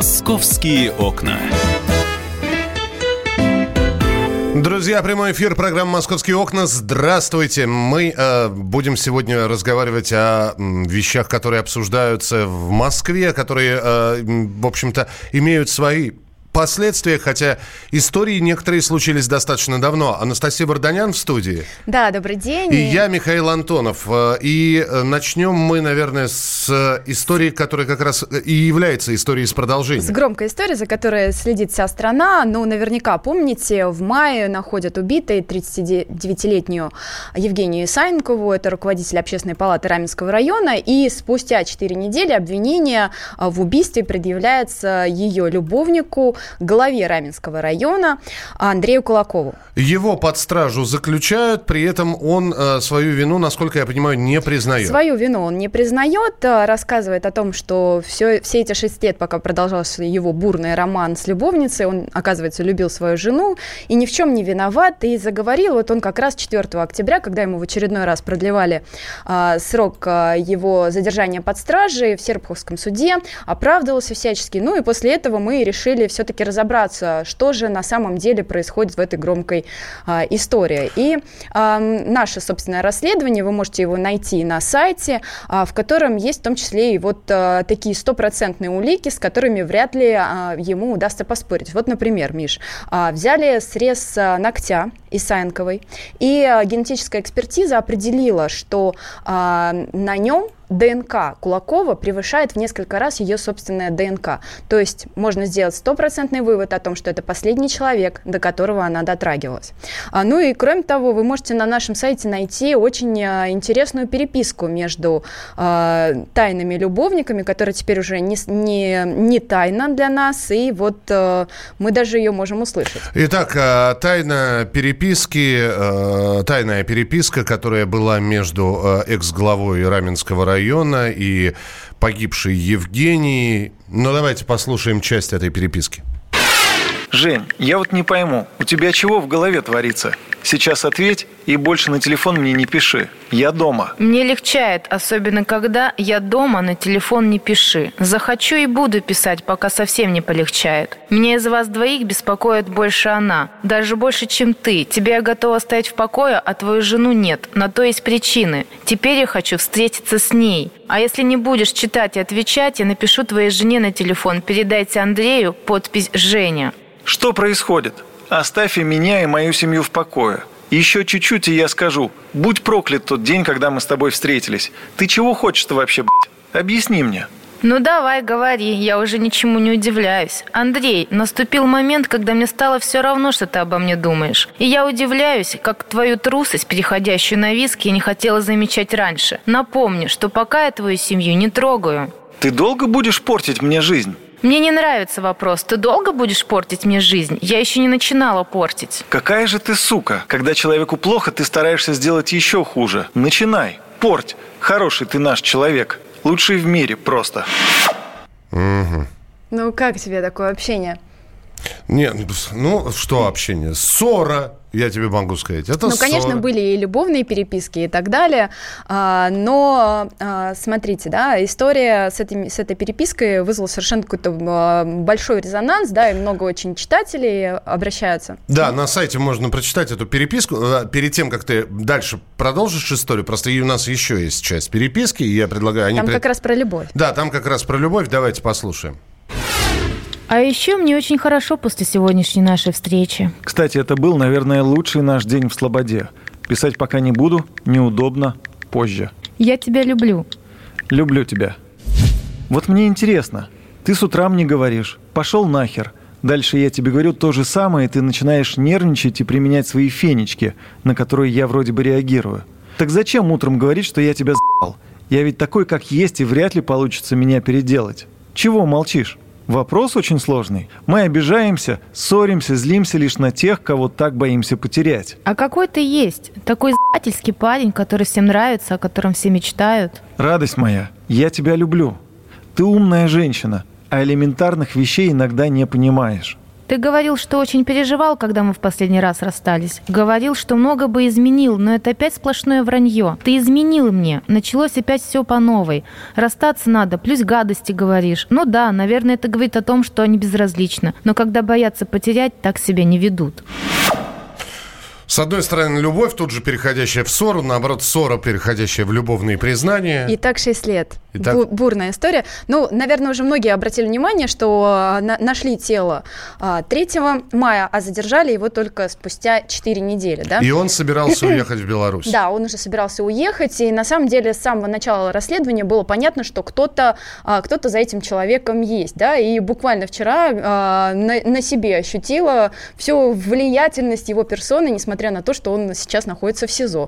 «Московские окна». Друзья, прямой эфир программы «Московские окна». Здравствуйте. Мы будем сегодня разговаривать о вещах, которые обсуждаются в Москве, которые, в общем-то, имеют свои последствия, хотя истории некоторые случились достаточно давно. Анастасия Варданян в студии. Да, добрый день. И я, Михаил Антонов. И начнем мы, наверное, с истории, которая как раз и является историей с продолжением. С громкой историей, за которой следит вся страна. Ну, наверняка помните, в мае находят убитой 39-летнюю Евгению Исаенкову. Это руководитель Общественной палаты Раменского района. И спустя 4 недели обвинение в убийстве предъявляется ее любовнику, главе Раменского района Андрею Кулакову. Его под стражу заключают, при этом он свою вину, насколько я понимаю, не признает. Свою вину он не признает, рассказывает о том, что все эти 6 лет, пока продолжался его бурный роман с любовницей, он, оказывается, любил свою жену и ни в чем не виноват. И заговорил вот он как раз 4 октября, когда ему в очередной раз продлевали срок его задержания под стражей в Серпуховском суде, оправдывался всячески. Ну и после этого мы решили все-таки разобраться, что же на самом деле происходит в этой громкой истории. И наше собственное расследование, вы можете его найти на сайте, в котором есть в том числе и вот такие 100% улики, с которыми вряд ли ему удастся поспорить. Вот, например, Миш, взяли срез ногтя Исаенковой, и генетическая экспертиза определила, что на нем ДНК Кулакова превышает в несколько раз ее собственная ДНК. То есть можно сделать 100% вывод о том, что это последний человек, до которого она дотрагивалась. Ну и кроме того, вы можете на нашем сайте найти очень интересную переписку между тайными любовниками, которая теперь уже не тайна для нас, и вот мы даже ее можем услышать. Итак, тайная переписка, которая была между экс-главой Раменского района и погибшей Евгенией. Но давайте послушаем часть этой переписки. Жень, я вот не пойму, у тебя чего в голове творится? Сейчас ответь и больше на телефон мне не пиши. Я дома. Мне легчает, особенно когда я дома, на телефон не пиши. Захочу и буду писать, пока совсем не полегчает. Меня из вас двоих беспокоит больше она. Даже больше, чем ты. Тебя я готова оставить в покое, а твою жену нет. На то есть причины. Теперь я хочу встретиться с ней. А если не будешь читать и отвечать, я напишу твоей жене на телефон. Передайте Андрею подпись «Женя». Что происходит? Оставь и меня, и мою семью в покое. Еще чуть-чуть, и я скажу: будь проклят тот день, когда мы с тобой встретились. Ты чего хочешь-то вообще, блядь? Объясни мне. Ну давай, говори, я уже ничему не удивляюсь. Андрей, наступил момент, когда мне стало все равно, что ты обо мне думаешь. И я удивляюсь, как твою трусость, переходящую на виски, я не хотела замечать раньше. Напомни, что пока я твою семью не трогаю. Ты долго будешь портить мне жизнь? Мне не нравится вопрос. Ты долго будешь портить мне жизнь? Я еще не начинала портить. Какая же ты сука. Когда человеку плохо, ты стараешься сделать еще хуже. Начинай. Порть. Хороший ты наш человек. Лучший в мире просто. Угу. Ну, как тебе такое общение? Нет, ну, что общение? Ссора, я тебе могу сказать. Это ну, конечно, ссора. были и любовные переписки и так далее, но смотрите, да, история с этой перепиской вызвала совершенно какой-то большой резонанс, да, и много очень читателей обращаются. Да, на сайте можно прочитать эту переписку. Перед тем, как ты дальше продолжишь историю, просто у нас еще есть часть переписки, и я предлагаю... Там как раз про любовь. Да, там как раз про любовь, давайте послушаем. А еще мне очень хорошо после сегодняшней нашей встречи. Кстати, это был, наверное, лучший наш день в Слободе. Писать пока не буду, неудобно, позже. Я тебя люблю. Люблю тебя. Вот мне интересно, ты с утра мне говоришь: пошел нахер. Дальше я тебе говорю то же самое, и ты начинаешь нервничать и применять свои фенечки, на которые я вроде бы реагирую. Так зачем утром говорить, что я тебя за***л? Я ведь такой, как есть, и вряд ли получится меня переделать. Чего молчишь? Вопрос очень сложный. Мы обижаемся, ссоримся, злимся лишь на тех, кого так боимся потерять. А какой ты есть? Такой за***ельский парень, который всем нравится, о котором все мечтают. Радость моя, я тебя люблю. Ты умная женщина, а элементарных вещей иногда не понимаешь. Ты говорил, что очень переживал, когда мы в последний раз расстались. Говорил, что много бы изменил, но это опять сплошное вранье. Ты изменил мне. Началось опять все по новой. Расстаться надо, плюс гадости говоришь. Ну да, наверное, это говорит о том, что они безразличны. Но когда боятся потерять, так себя не ведут. С одной стороны, любовь, тут же переходящая в ссору, наоборот, ссора, переходящая в любовные признания. И так 6 лет. Итак... Бурная история. Ну, наверное, уже многие обратили внимание, что нашли тело 3 мая, а задержали его только спустя 4 недели. Да? И он собирался уехать в Беларусь. Да, он уже собирался уехать, и на самом деле с самого начала расследования было понятно, что кто-то за этим человеком есть. Да? И буквально вчера на себе ощутила всю влиятельность его персоны, несмотря на то, что он сейчас находится в СИЗО.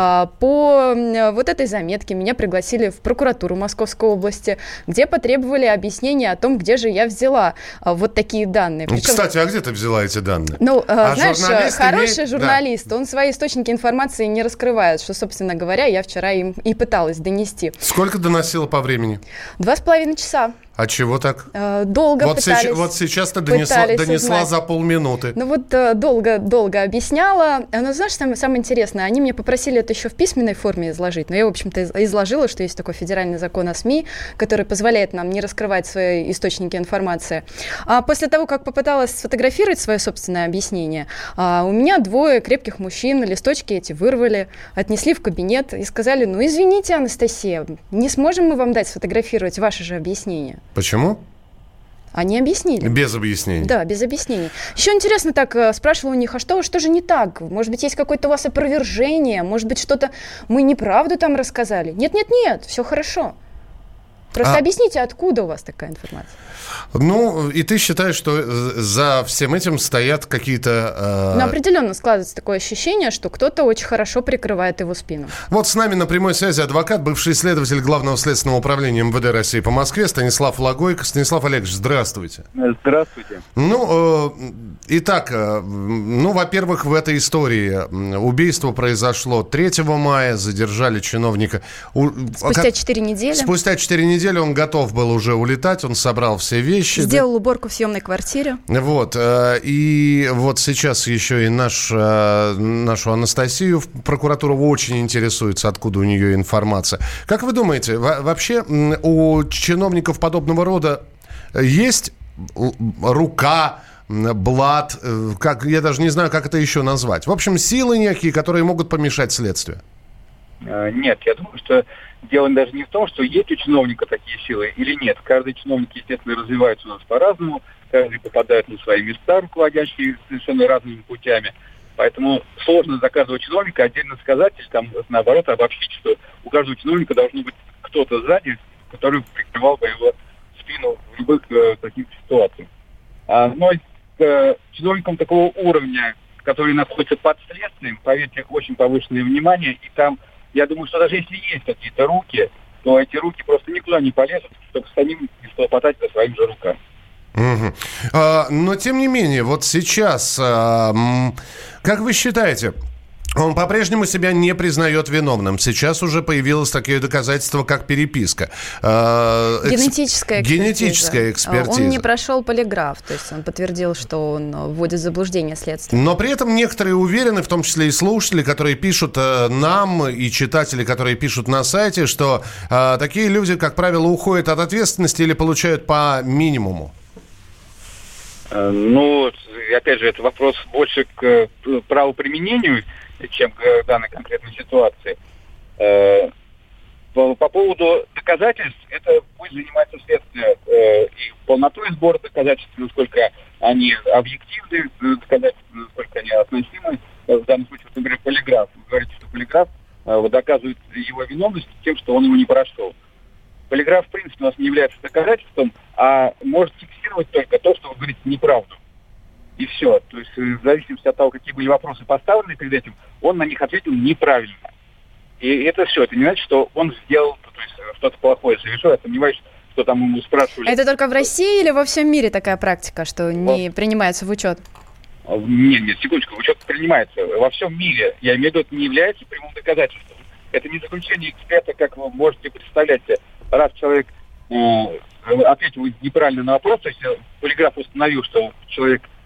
По вот этой заметке меня пригласили в прокуратуру Московской области, где потребовали объяснения о том, где же я взяла вот такие данные. Причем... Кстати, а где ты взяла эти данные? Ну, знаешь, хороший журналист, он свои источники информации не раскрывает, что, собственно говоря, я вчера им и пыталась донести. Сколько доносила по времени? 2,5 часа. А чего так? Долго вот пытались. Вот сейчас ты донесла за полминуты. Ну вот долго объясняла. Но знаешь, самое интересное, они меня попросили это еще в письменной форме изложить, но я, в общем-то, изложила, что есть такой федеральный закон о СМИ, который позволяет нам не раскрывать свои источники информации. А после того, как попыталась сфотографировать свое собственное объяснение, у меня 2 крепких мужчин листочки эти вырвали, отнесли в кабинет и сказали: ну, извините, Анастасия, не сможем мы вам дать сфотографировать ваше же объяснение. Почему? Они объяснили. Без объяснений? Да, без объяснений. Еще интересно так, спрашивала у них, а что же не так? Может быть, есть какое-то у вас опровержение? Может быть, что-то мы неправду там рассказали? Нет, все хорошо. Просто объясните, откуда у вас такая информация? Ну, и ты считаешь, что за всем этим стоят какие-то... Ну, определенно складывается такое ощущение, что кто-то очень хорошо прикрывает его спину. Вот с нами на прямой связи адвокат, бывший следователь Главного следственного управления МВД России по Москве Станислав Логойко. Станислав Олегович, здравствуйте. Здравствуйте. Ну, итак, во-первых, в этой истории убийство произошло 3 мая, задержали чиновника. Спустя 4 недели. Спустя 4 недели он готов был уже улетать, он собрал все вещи. Сделал уборку в съемной квартире. Вот. И вот сейчас еще и нашу Анастасию прокуратура очень интересуется, откуда у нее информация. Как вы думаете, вообще у чиновников подобного рода есть рука, блат, я даже не знаю, как это еще назвать. В общем, силы некие, которые могут помешать следствию? Нет, я думаю, что дело даже не в том, что есть у чиновника такие силы или нет. Каждый чиновник, естественно, развивается у нас по-разному. Каждый попадает на свои места, руководящие совершенно разными путями. Поэтому сложно за каждого чиновника отдельно сказать, или там, наоборот, обобщить, что у каждого чиновника должен быть кто-то сзади, который прикрывал бы его спину в любых таких ситуациях. Но к чиновникам такого уровня, которые находятся под следствием, поверьте, очень повышенное внимание, и там, я думаю, что даже если есть какие-то руки, то эти руки просто никуда не полезут, чтобы самим не хлопотать по своим же рукам. Угу. Но, тем не менее, вот сейчас, как вы считаете, он по-прежнему себя не признает виновным. Сейчас уже появилось такое доказательство, как переписка. Генетическая экспертиза. Он не прошел полиграф, то есть он подтвердил, что он вводит в заблуждение следствие. Но при этом некоторые уверены, в том числе и слушатели, которые пишут нам, и читатели, которые пишут на сайте, что такие люди, как правило, уходят от ответственности или получают по минимуму. Ну, опять же, это вопрос больше к правоприменению, чем к данной конкретной ситуации. По поводу доказательств, это пусть занимается следствие и полнотой сбора доказательств, насколько они объективны, доказательства, насколько они относимы. В данном случае, например, полиграф. Вы говорите, что полиграф доказывает его виновность тем, что он его не прошел. Полиграф, в принципе, у нас не является доказательством, а может фиксировать только то, что вы говорите неправду. И все. То есть, в зависимости от того, какие были вопросы поставлены перед этим, он на них ответил неправильно. И это все. Это не значит, что он сделал, то есть, что-то плохое совершил. Я сомневаюсь, что там ему спрашивали. Это только в России или во всем мире такая практика, что не принимается в учет? Нет, секундочку. В учет принимается. Во всем мире, я имею в виду, это не является прямым доказательством. Это не заключение эксперта, как вы можете представлять. Раз человек ответил неправильно на вопрос, то есть полиграф установил, что человек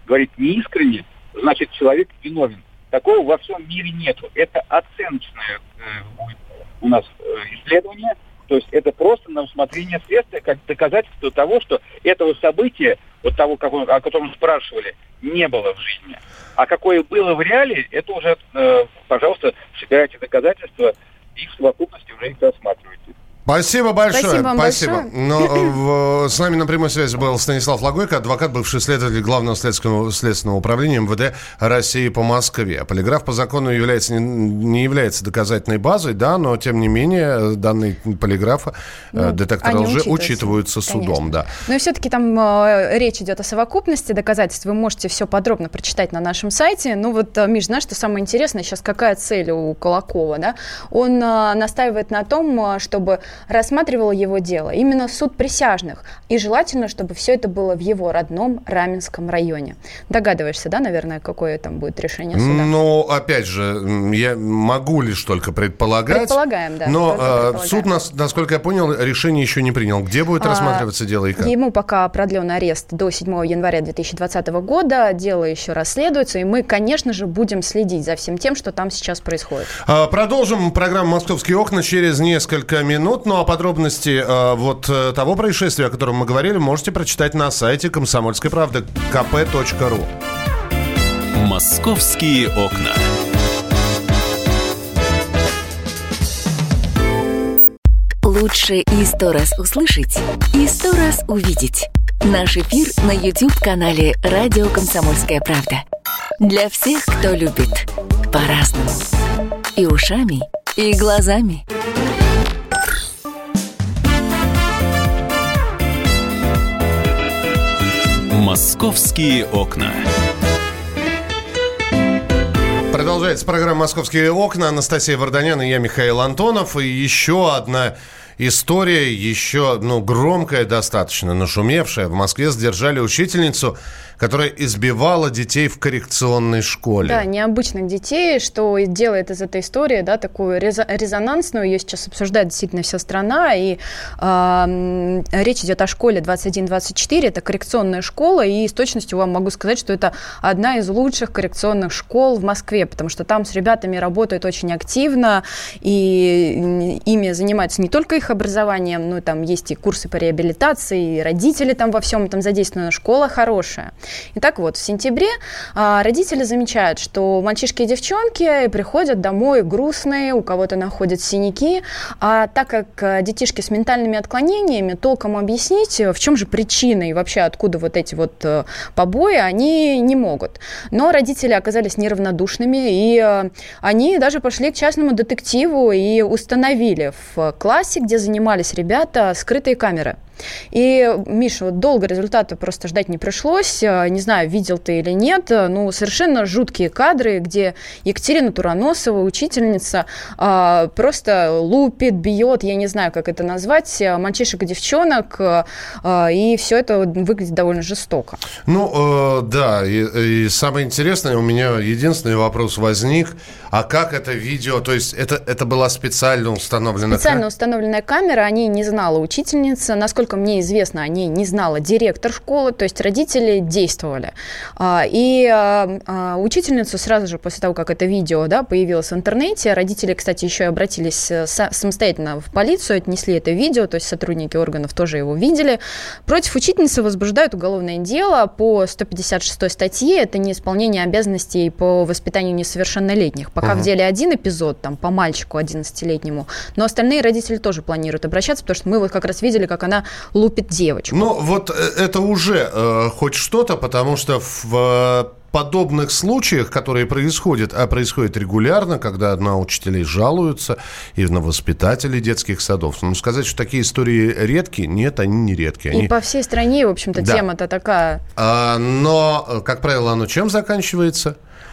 говорит неискренне, значит, человек виновен. Такого во всем мире нету. Это оценочное будет у нас исследование. То есть это просто на усмотрение следствия, как доказательство того, что этого события, вот того, о котором спрашивали, не было в жизни. А какое было в реале, это уже, пожалуйста, собирайте доказательства и в совокупности уже их рассматривайте. Спасибо большое. Спасибо вам большое. Но с нами на прямой связи был Станислав Логойко, адвокат, бывший следователь Главного следственного управления МВД России по Москве. Полиграф по закону не является доказательной базой, да, но тем не менее данные полиграфа, детектора лжи учитываются судом. Да. Но и все-таки там речь идет о совокупности доказательств. Вы можете все подробно прочитать на нашем сайте. Ну вот, Миш, знаешь, что самое интересное сейчас, какая цель у Кулакова, да? Он настаивает на том, чтобы рассматривал его дело именно суд присяжных. И желательно, чтобы все это было в его родном Раменском районе. Догадываешься, да, наверное, какое там будет решение суда? Ну, опять же, я могу лишь только предполагать. Предполагаем, да. Но суд, насколько я понял, решение еще не принял. Где будет рассматриваться дело и как? Ему пока продлен арест до 7 января 2020 года. Дело еще расследуется. И мы, конечно же, будем следить за всем тем, что там сейчас происходит. Продолжим программу «Московские окна» через несколько минут. Ну а подробности того происшествия, о котором мы говорили, можете прочитать на сайте «Комсомольской правды» kp.ru. «Московские окна». Лучше и 100 раз услышать, и 100 раз увидеть. Наш эфир на YouTube-канале «Радио Комсомольская правда». Для всех, кто любит по-разному. И ушами, и глазами. «Московские окна». Продолжается программа «Московские окна». Анастасия Варданян и я, Михаил Антонов. И еще одна история, громкая достаточно, нашумевшая. В Москве задержали учительницу, которая избивала детей в коррекционной школе. Да, необычных детей, что делает из этой истории, да, такую резонансную. Ее сейчас обсуждает действительно вся страна. И речь идет о школе 2124. Это коррекционная школа. И с точностью вам могу сказать, что это одна из лучших коррекционных школ в Москве, потому что там с ребятами работают очень активно. И ими занимаются не только их образованием, но там есть и курсы по реабилитации, и родители там во всем этом задействованы. Школа хорошая. Итак, в сентябре родители замечают, что мальчишки и девчонки приходят домой грустные, у кого-то находят синяки, а так как детишки с ментальными отклонениями, толком объяснить, в чем же причина и вообще откуда эти побои, они не могут. Но родители оказались неравнодушными, и они даже пошли к частному детективу и установили в классе, где занимались ребята, скрытые камеры. И, Миша, долго результата просто ждать не пришлось. Не знаю, видел ты или нет, совершенно жуткие кадры, где Екатерина Туроносова, учительница, просто лупит, бьет, я не знаю, как это назвать, мальчишек и девчонок, и все это выглядит довольно жестоко. Да, и самое интересное, у меня единственный вопрос возник, а как это видео, то есть это была специально установленная камера? Специально установленная камера, о ней не знала учительница, насколько мне известно, о ней не знала директор школы, то есть родители действовали. И учительницу сразу же после того, как это видео, да, появилось в интернете, родители, кстати, еще и обратились самостоятельно в полицию, отнесли это видео, то есть сотрудники органов тоже его видели. Против учительницы возбуждают уголовное дело по 156 статье, это неисполнение обязанностей по воспитанию несовершеннолетних. Пока в деле один эпизод, там, по мальчику 11-летнему, но остальные родители тоже планируют обращаться, потому что мы как раз видели, как она лупит девочку. Это уже хоть что-то, потому что в подобных случаях, которые происходят, а происходит регулярно, когда на учителей жалуются и на воспитателей детских садов. Сказать, что такие истории редкие, нет, они не редкие. И по всей стране, в общем-то, тема-то такая. Но, как правило, оно чем заканчивается?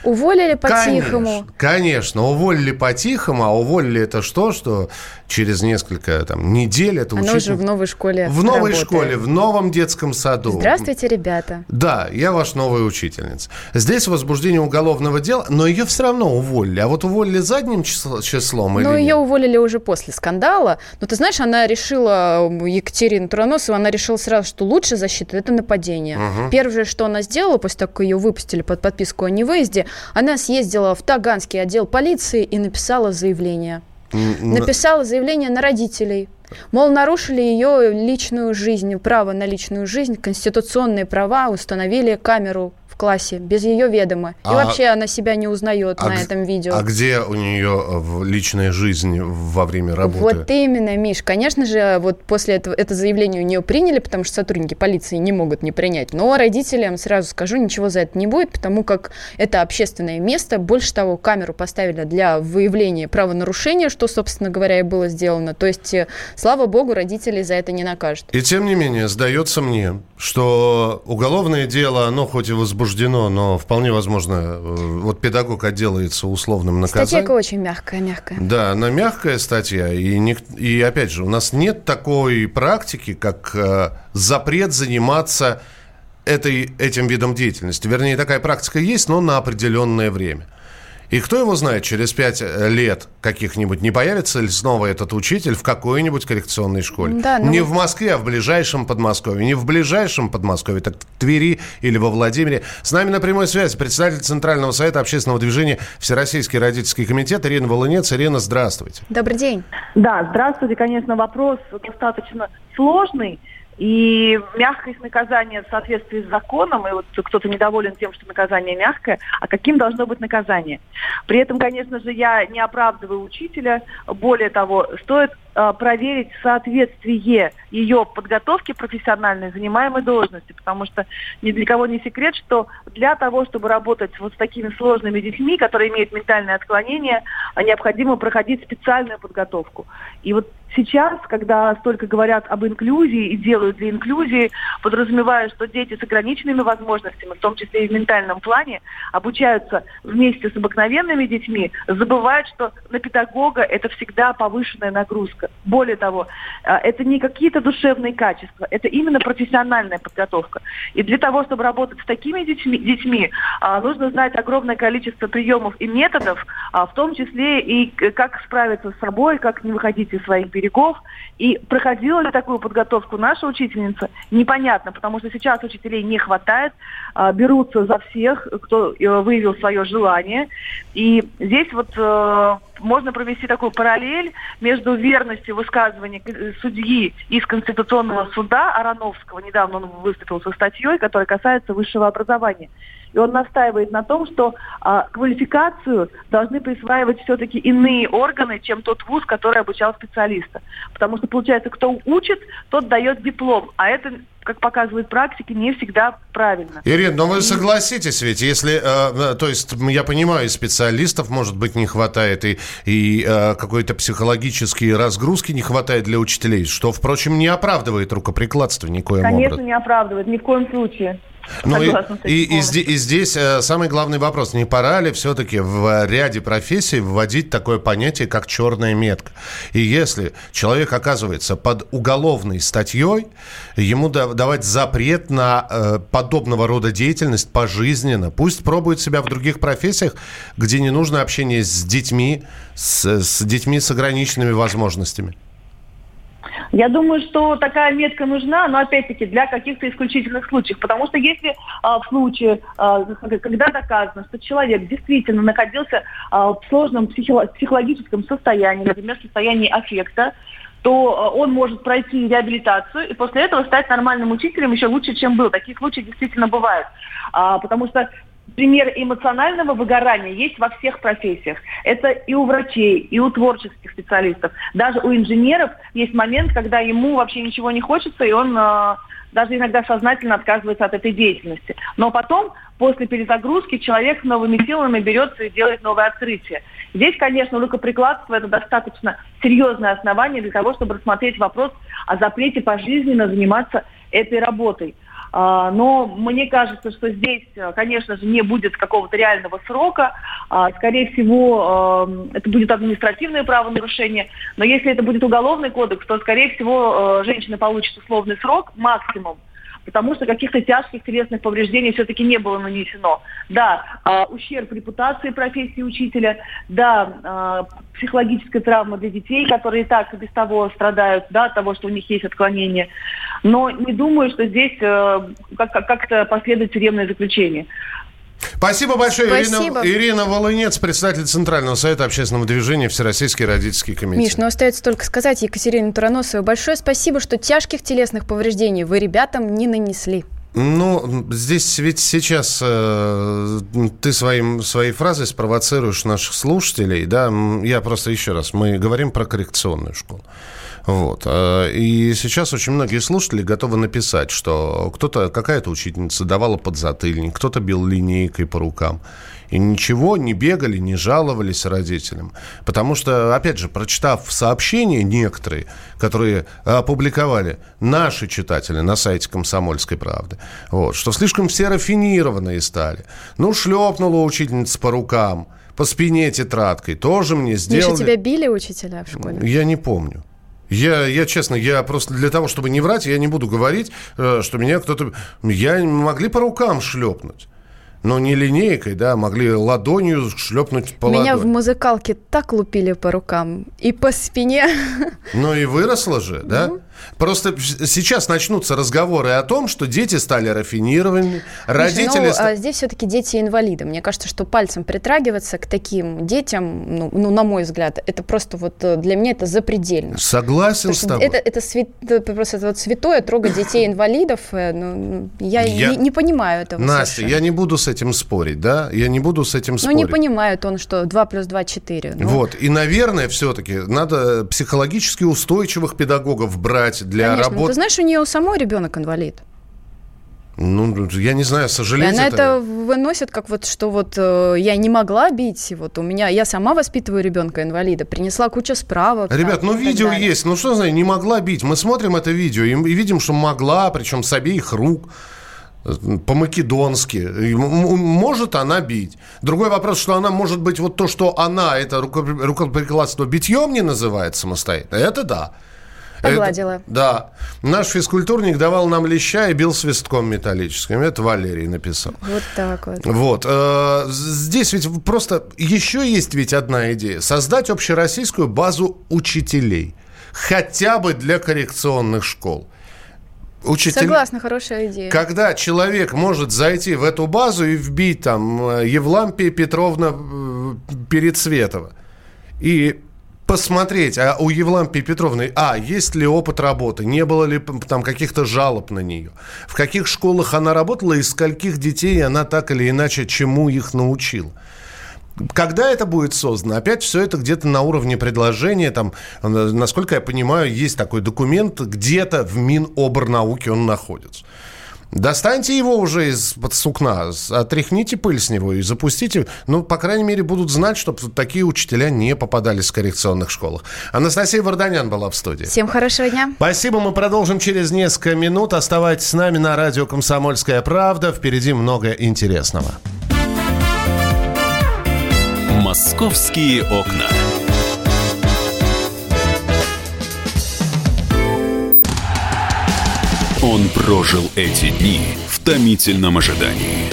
Уволили по-тихому. Конечно, уволили по-тихому, а уволили это что через несколько недель это Она уже в новой школе В новой работает. школе, в новом детском саду. Здравствуйте, ребята. Да, я ваша новая учительница. Здесь возбуждение уголовного дела, но ее все равно уволили. А вот уволили задним числом или нет? Ее уволили уже после скандала. Но ты знаешь, она решила, Екатерина Туроносова, она решила сразу, что лучшая защита – это нападение. Первое, что она сделала, после того, как ее выпустили под подписку о невыезде, она съездила в Таганский отдел полиции и написала заявление. Написала заявление на родителей. Мол, нарушили ее личную жизнь, право на личную жизнь, конституционные права, установили камеру в классе без ее ведома. И вообще она себя не узнает на этом видео. А где у нее личная жизнь во время работы? Вот именно, Миш. Конечно же, вот после этого это заявление у нее приняли, потому что сотрудники полиции не могут не принять. Но родителям, сразу скажу, ничего за это не будет, потому как это общественное место. Больше того, камеру поставили для выявления правонарушения, что, собственно говоря, и было сделано. То есть, слава богу, родителей за это не накажут. И тем не менее, сдается мне, что уголовное дело, оно хоть и возбуждено, но вполне возможно, вот педагог отделается условным наказанием. Статья очень мягкая. Да, она мягкая статья. И опять же, у нас нет такой практики, как запрет заниматься этим видом деятельности. Вернее, такая практика есть, но на определенное время. И кто его знает, через 5 лет каких-нибудь не появится ли снова этот учитель в какой-нибудь коррекционной школе? Да, не в Москве, а в ближайшем Подмосковье. Не в ближайшем Подмосковье, так в Твери или во Владимире. С нами на прямой связи председатель Центрального совета общественного движения Всероссийский родительский комитет Ирина Волынец. Ирина, здравствуйте. Добрый день. Да, здравствуйте. Конечно, вопрос достаточно сложный. И мягкость наказания в соответствии с законом, и вот кто-то недоволен тем, что наказание мягкое, а каким должно быть наказание? При этом, конечно же, я не оправдываю учителя. Более того, стоит проверить соответствие ее подготовки профессиональной занимаемой должности, потому что ни для кого не секрет, что для того, чтобы работать вот с такими сложными детьми, которые имеют ментальное отклонение, необходимо проходить специальную подготовку. И вот сейчас, когда столько говорят об инклюзии и делают для инклюзии, подразумевая, что дети с ограниченными возможностями, в том числе и в ментальном плане, обучаются вместе с обыкновенными детьми, забывают, что на педагога это всегда повышенная нагрузка. Более того, это не какие-то душевные качества, это именно профессиональная подготовка. И для того, чтобы работать с такими детьми, нужно знать огромное количество приемов и методов, в том числе и как справиться с собой, как не выходить из своих берегов. И проходила ли такую подготовку наша учительница, непонятно, потому что сейчас учителей не хватает, берутся за всех, кто выявил свое желание. И здесь вот можно провести такую параллель между верностью высказывания судьи из Конституционного суда Ароновского. Недавно он выступил со статьей, которая касается высшего образования. И он настаивает на том, что квалификацию должны присваивать все-таки иные органы, чем тот вуз, который обучал специалиста. Потому что, получается, кто учит, тот дает диплом. А это, как показывает практика, не всегда правильно. Ирина, но вы согласитесь, ведь если, то есть я понимаю, и специалистов, может быть, не хватает, и какой-то психологической разгрузки не хватает для учителей, что, впрочем, не оправдывает рукоприкладство никоим образом. Конечно, не оправдывает, ни в коем случае. Ну и здесь самый главный вопрос. Не пора ли все-таки в ряде профессий вводить такое понятие, как черная метка? И если человек оказывается под уголовной статьей, ему давать запрет на подобного рода деятельность пожизненно. Пусть пробует себя в других профессиях, где не нужно общение с детьми, с детьми с ограниченными возможностями. Я думаю, что такая метка нужна, но опять-таки для каких-то исключительных случаев. Потому что если в случае, когда доказано, что человек действительно находился в сложном психологическом состоянии, например, в состоянии аффекта, то он может пройти реабилитацию и после этого стать нормальным учителем еще лучше, чем был. Такие случаи действительно бывают. Потому что пример эмоционального выгорания есть во всех профессиях. Это и у врачей, и у творческих специалистов. Даже у инженеров есть момент, когда ему вообще ничего не хочется, и он даже иногда сознательно отказывается от этой деятельности. Но потом, после перезагрузки, человек с новыми силами берется и делает новое открытие. Здесь, конечно, рукоприкладство – это достаточно серьезное основание для того, чтобы рассмотреть вопрос о запрете пожизненно заниматься этой работой. Но мне кажется, что здесь, конечно же, не будет какого-то реального срока. Скорее всего, это будет административное правонарушение. Но если это будет уголовный кодекс, то, скорее всего, женщина получит условный срок максимум, потому что каких-то тяжких телесных повреждений все-таки не было нанесено. Да, ущерб репутации профессии учителя, да, психологическая травма для детей, которые и так и без того страдают, да, от того, что у них есть отклонения. Но не думаю, что здесь как-то последует тюремное заключение. Спасибо большое. Спасибо. Ирина Волынец, председатель Центрального совета общественного движения «Всероссийский родительский комитет». Миш, остается только сказать Екатерине Туроносовой большое спасибо, что тяжких телесных повреждений вы ребятам не нанесли. Здесь ведь сейчас ты своей фразой спровоцируешь наших слушателей, да, я просто еще раз, мы говорим про коррекционную школу. И сейчас очень многие слушатели готовы написать, что какая-то учительница давала подзатыльник, кто-то бил линейкой по рукам. И ничего, не бегали, не жаловались родителям. Потому что, опять же, прочитав сообщения некоторые, которые опубликовали наши читатели на сайте «Комсомольской правды», что слишком все рафинированные стали. Шлепнула учительница по рукам, по спине тетрадкой, тоже мне сделали. Миша, тебя били учителя в школе? Я не помню. Я честно, я просто для того, чтобы не врать, я не буду говорить, что меня кто-то... Могли по рукам шлепнуть. Но не линейкой, да, могли ладонью шлепнуть по ладони. Меня в музыкалке так лупили по рукам и по спине. И выросло же, да? Просто сейчас начнутся разговоры о том, что дети стали рафинированными, родители... Здесь все-таки дети-инвалиды. Мне кажется, что пальцем притрагиваться к таким детям, на мой взгляд, это просто для меня это запредельно. Согласен с тобой. Это просто святое, трогать детей-инвалидов. Я не понимаю этого. Настя, совершенно. я не буду с этим спорить, да? Я не буду с этим спорить. Не понимает он, что 2 + 2 – 4. И, наверное, все-таки надо психологически устойчивых педагогов брать для Конечно, работы. Ты знаешь, у нее у самой ребенок инвалид. Я не знаю, сожалеть. И она это выносит, как что я не могла бить, я сама воспитываю ребенка-инвалида, принесла кучу справок. Ребят, видео есть, что знаю, не могла бить. Мы смотрим это видео и видим, что могла, причем с обеих рук. По-македонски. Может она бить. Другой вопрос, что она может быть то, что она, это рукоприкладство битьем не называет самостоятельно. Это да. Погладила. Да. Наш физкультурник давал нам леща и бил свистком металлическим. Это Валерий написал. Вот так вот. Здесь ведь просто еще есть ведь одна идея. Создать общероссийскую базу учителей. Хотя бы для коррекционных школ. Согласна, хорошая идея. Когда человек может зайти в эту базу и вбить Евлампия Петровна Перецветова и посмотреть, а у Евлампии Петровны, есть ли опыт работы, не было ли каких-то жалоб на нее, в каких школах она работала и скольких детей она так или иначе чему их научила. Когда это будет создано? Опять все это где-то на уровне предложения. Насколько я понимаю, есть такой документ, где-то в Минобрнауке он находится. Достаньте его уже из-под сукна, отряхните пыль с него и запустите. По крайней мере, будут знать, чтобы такие учителя не попадались в коррекционных школах. Анастасия Варданян была в студии. Всем хорошего дня. Спасибо, мы продолжим через несколько минут. Оставайтесь с нами на радио «Комсомольская правда». Впереди много интересного. «Московские окна». Он прожил эти дни в томительном ожидании.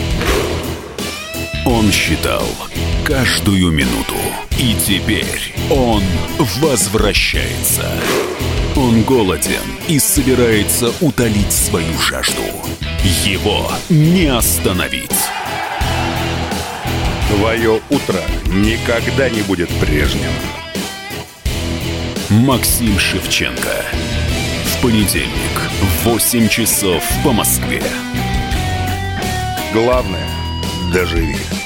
Он считал каждую минуту. И теперь он возвращается. Он голоден и собирается утолить свою жажду. Его не остановить. Твое утро никогда не будет прежним. Максим Шевченко. В понедельник в 8 часов по Москве. Главное – доживи.